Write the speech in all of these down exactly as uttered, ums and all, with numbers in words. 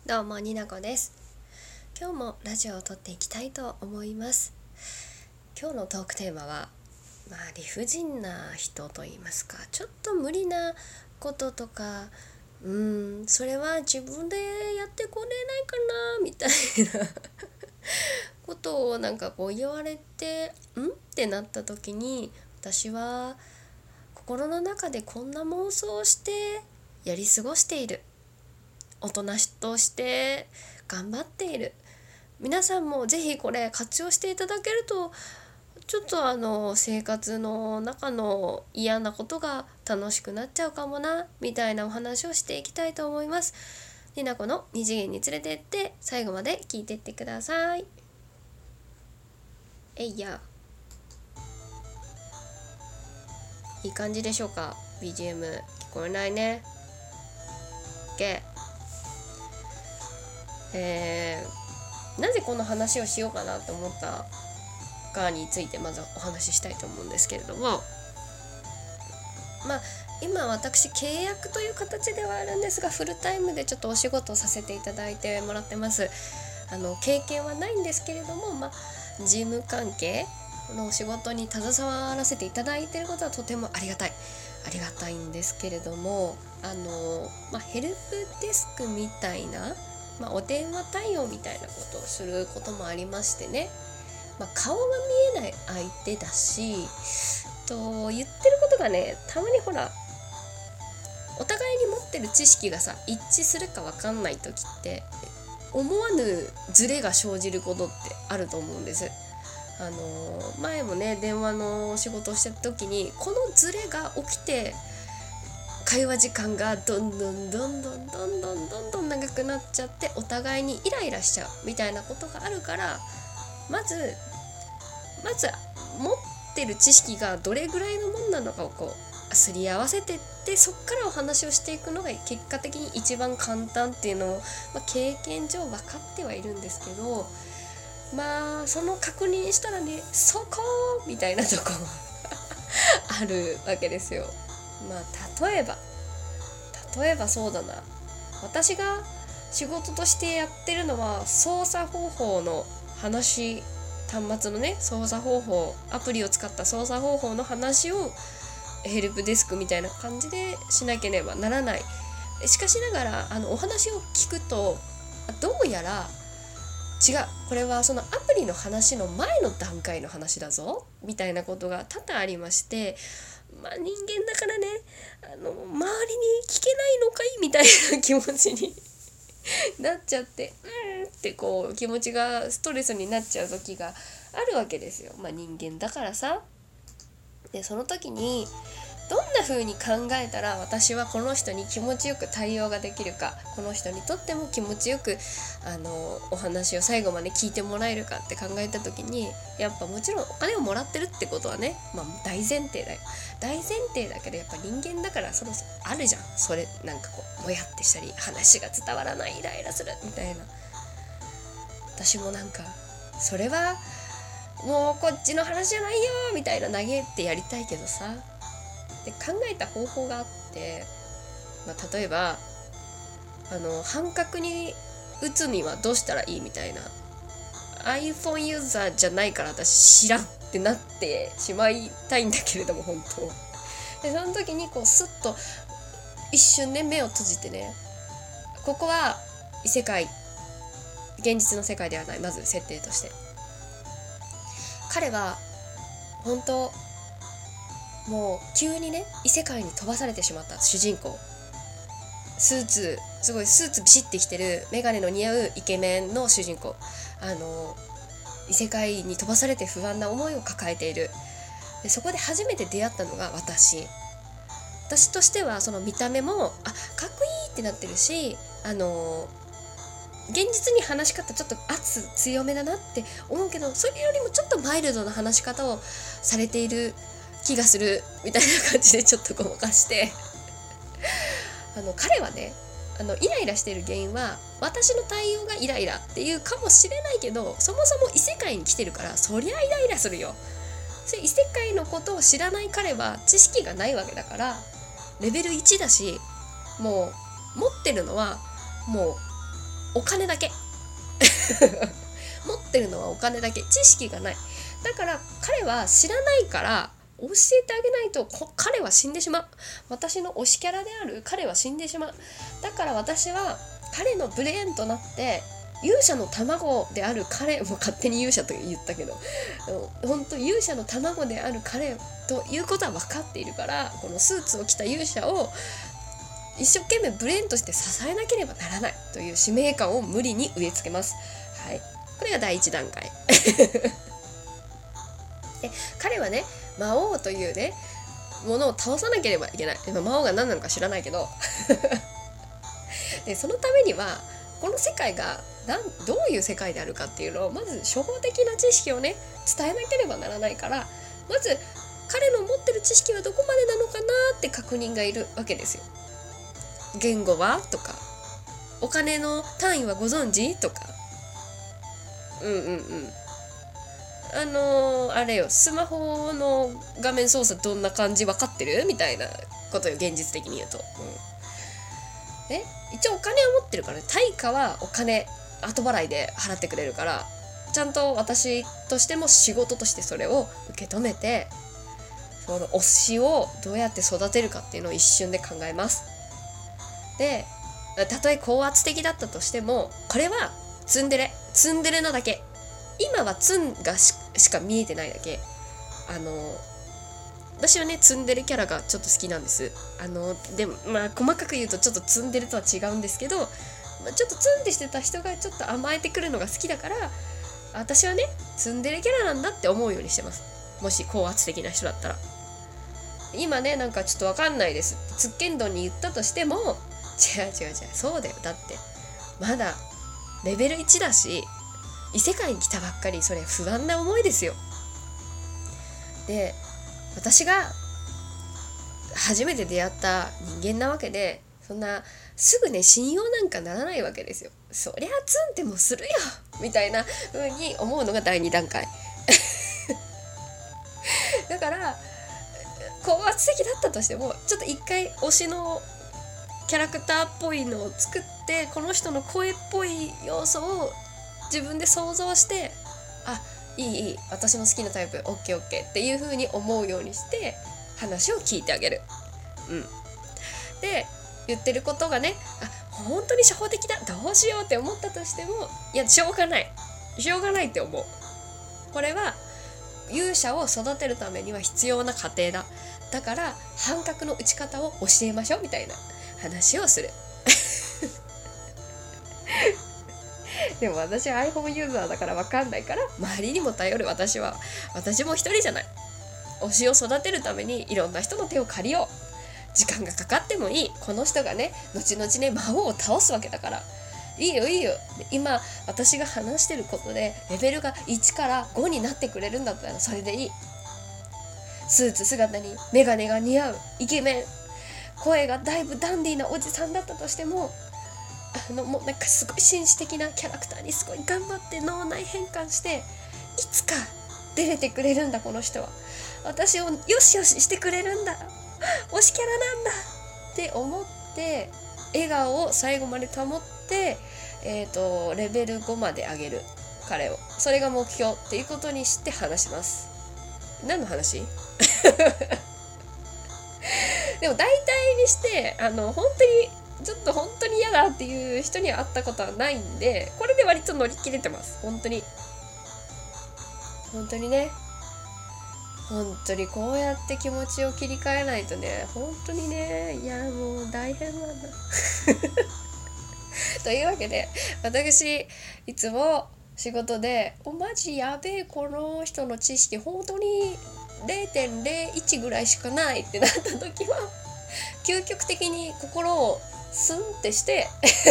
どうもになこです。今日もラジオを撮っていきたいと思います。今日のトークテーマは、まあ、理不尽な人といいますか、ちょっと無理なこととか、うーんそれは自分でやってこれないかなみたいなことをなんかこう言われてんってなった時に、私は心の中でこんな妄想をしてやり過ごしている、大人として頑張っている。皆さんもぜひこれ活用していただけると、ちょっとあの生活の中の嫌なことが楽しくなっちゃうかもなみたいなお話をしていきたいと思います。になこの二次元に連れてって最後まで聞いてってください。えいや、いい感じでしょうか。 ビージーエム 聞こえないね。 OK。えー、なぜこの話をしようかなと思ったかについてまずお話ししたいと思うんですけれども、まあ今私契約という形ではあるんですが、フルタイムでちょっとお仕事をさせていただいてもらってます。あの経験はないんですけれども、まあ事務関係のお仕事に携わらせていただいていることはとてもありがたいありがたいんですけれども、あの、まあ、ヘルプデスクみたいな、まあ、お電話対応みたいなことをすることもありましてね、まあ、顔が見えない相手だし、と言ってることがね、たまにほらお互いに持ってる知識がさ一致するか分かんない時って思わぬズレが生じることってあると思うんです。あの前もね電話の仕事をした時にこのズレが起きて会話時間がどんどんどんどんどんどんどんどん長くなっちゃってお互いにイライラしちゃうみたいなことがあるから、まずまず持ってる知識がどれぐらいのもんなのかをこうすり合わせてって、そっからお話をしていくのが結果的に一番簡単っていうのを、まあ、経験上分かってはいるんですけど、まあその確認したらね、そこみたいなとこあるわけですよ。まあ例えば例えばそうだな、私が仕事としてやってるのは操作方法の話、端末のね操作方法、アプリを使った操作方法の話をヘルプデスクみたいな感じでしなければならない。しかしながらあのお話を聞くと、どうやら違う、これはそのアプリの話の前の段階の話だぞみたいなことが多々ありまして、まあ人間だからね、あの周りに聞けないのかいみたいな気持ちになっちゃって、うーんってこう気持ちがストレスになっちゃう時があるわけですよ。まあ人間だからさ。でその時にどんな風に考えたら私はこの人に気持ちよく対応ができるか、この人にとっても気持ちよくあのお話を最後まで聞いてもらえるかって考えた時に、やっぱもちろんお金をもらってるってことはね、まあ大前提だよ。大前提だけどやっぱ人間だからそろそろあるじゃん。それなんかこうもやってしたり、話が伝わらない、イライラするみたいな。私もなんかそれはもうこっちの話じゃないよみたいな投げてやりたいけどさ。で考えた方法があって、まあ、例えばあの半角に打つにはどうしたらいいみたいな、 iPhone ユーザーじゃないから私知らんってなってしまいたいんだけれども、本当でその時にこうスッと一瞬ね目を閉じてね、ここは異世界、現実の世界ではない、まず設定として彼は本当もう急にね異世界に飛ばされてしまった主人公、スーツすごいスーツビシッて着てるメガネの似合うイケメンの主人公、あの異世界に飛ばされて不安な思いを抱えている。でそこで初めて出会ったのが私私としてはその見た目もあかっこいいってなってるし、あの現実に話し方ちょっと圧強めだなって思うけど、それよりもちょっとマイルドな話し方をされている気がするみたいな感じでちょっとごまかしてあの彼はね、あのイライラしている原因は私の対応がイライラっていうかもしれないけど、そもそも異世界に来てるからそりゃイライラするよ。それ異世界のことを知らない彼は知識がないわけだからレベルいちだし、もう持ってるのはもうお金だけ持ってるのはお金だけ、知識がない。だから彼は知らないから教えてあげないと彼は死んでしまう。私の推しキャラである彼は死んでしまう。だから私は彼のブレーンとなって勇者の卵である彼も勝手に勇者と言ったけど本当勇者の卵である彼ということは分かっているから、このスーツを着た勇者を一生懸命ブレーンとして支えなければならないという使命感を無理に植え付けます。はい、これがだいいち段階で彼はね、魔王というねものを倒さなければいけない。魔王が何なのか知らないけどでそのためにはこの世界がなんどういう世界であるかっていうのをまず初歩的な知識をね伝えなければならないから、まず彼の持ってる知識はどこまでなのかなって確認がいるわけですよ。言語はとか、お金の単位はご存知とか、うんうんうんあのー、あれよ、スマホの画面操作どんな感じ分かってるみたいなことよ、現実的に言うと、うん、え一応お金を持ってるから、ね、対価はお金後払いで払ってくれるから、ちゃんと私としても仕事としてそれを受け止めて、その推しをどうやって育てるかっていうのを一瞬で考えます。で、たとえ高圧的だったとしても、これはツンデレツンデレなだけ、今はツンが し, しか見えてないだけ。あの私はねツンデレキャラがちょっと好きなんです。あのでもまあ細かく言うとちょっとツンデレとは違うんですけど、まあ、ちょっとツンってしてた人がちょっと甘えてくるのが好きだから、私はねツンデレキャラなんだって思うようにしてます。もし高圧的な人だったら。今ねなんかちょっとわかんないですってつっけんどんに言ったとしても、違う違う違う、そうだよ、だってまだレベルいちだし異世界に来たばっかり、それ不安な思いですよ。で、私が初めて出会った人間なわけで、そんなすぐね信用なんかならないわけですよ。そりゃツンってもするよみたいな風に思うのがだいに段階だから高圧的だったとしても、ちょっと一回推しのキャラクターっぽいのを作って、この人の声っぽい要素を自分で想像して、あ、いいいい、私の好きなタイプ オーケーオーケー っていう風に思うようにして話を聞いてあげる。うんで、言ってることがね、あ、本当に初歩的だ、どうしようって思ったとしても、いやしょうがないしょうがないって思う。これは勇者を育てるためには必要な過程だ、だから反角の打ち方を教えましょうみたいな話をするでも私は iPhone ユーザーだから分かんないから、周りにも頼る。私は私も一人じゃない。推しを育てるためにいろんな人の手を借りよう。時間がかかってもいい。この人がね後々ね魔王を倒すわけだから、いいよいいよ。今私が話してることでレベルがいちからごになってくれるんだったらそれでいい。スーツ姿にメガネが似合うイケメン、声がだいぶダンディーなおじさんだったとしても、あのもうなんかすごい紳士的なキャラクターにすごい頑張って脳内変換して、いつか出れてくれるんだこの人は、私をよしよししてくれるんだ、推しキャラなんだって思って笑顔を最後まで保って、えーと、レベルごまで上げる彼を、それが目標っていうことにして話します。何の話でも大体にしてあの本当にちょっと本当に嫌だっていう人には会ったことはないんで、これで割と乗り切れてます。本当に本当にね、本当にこうやって気持ちを切り替えないとね、本当にね、いやもう大変なんだというわけで、私いつも仕事でおマジやべえこの人の知識本当に れいてんれいいち ぐらいしかないってなった時は究極的に心をスンってして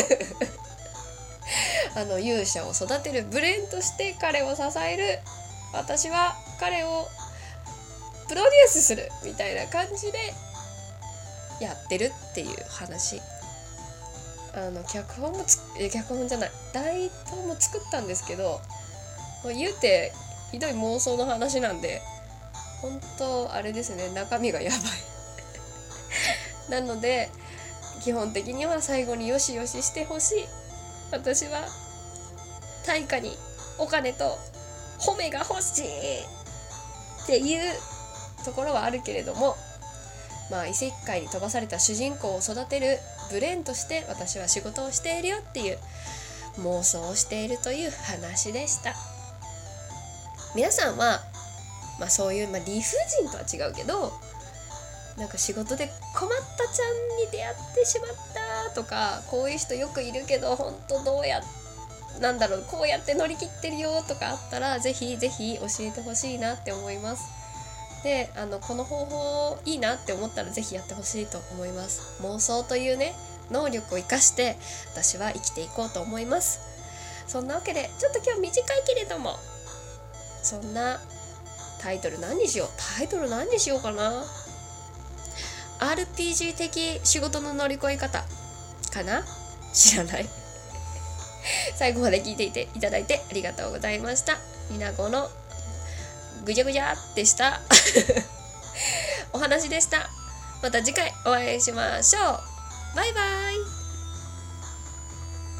あの勇者を育てるブレーンとして彼を支える、私は彼をプロデュースするみたいな感じでやってるっていう話。あの脚本もつ脚本じゃない台本も作ったんですけど、言うてひどい妄想の話なんで本当あれですね、中身がやばいなので基本的には最後によしよししてほしい。 私は対価にお金と褒めが欲しいっていうところはあるけれども、まあ異世界に飛ばされた主人公を育てるブレーンとして私は仕事をしているよっていう妄想をしているという話でした。皆さんは、まあ、そういう、まあ、理不尽とは違うけど、なんか仕事で困ったちゃんに出会ってしまったとか、こういう人よくいるけど本当どうやなんだろうこうやって乗り切ってるよとかあったら、ぜひぜひ教えてほしいなって思います。で、あのこの方法いいなって思ったらぜひやってほしいと思います。妄想というね能力を生かして私は生きていこうと思います。そんなわけでちょっと今日短いけれども、そんなタイトル何にしようタイトル何にしようかな アールピージー 的仕事の乗り越え方かな、知らない最後まで聞いていていただいてありがとうございました。みなこのぐじゃぐじゃってしたお話でした。また次回お会いしましょう。バイバイ。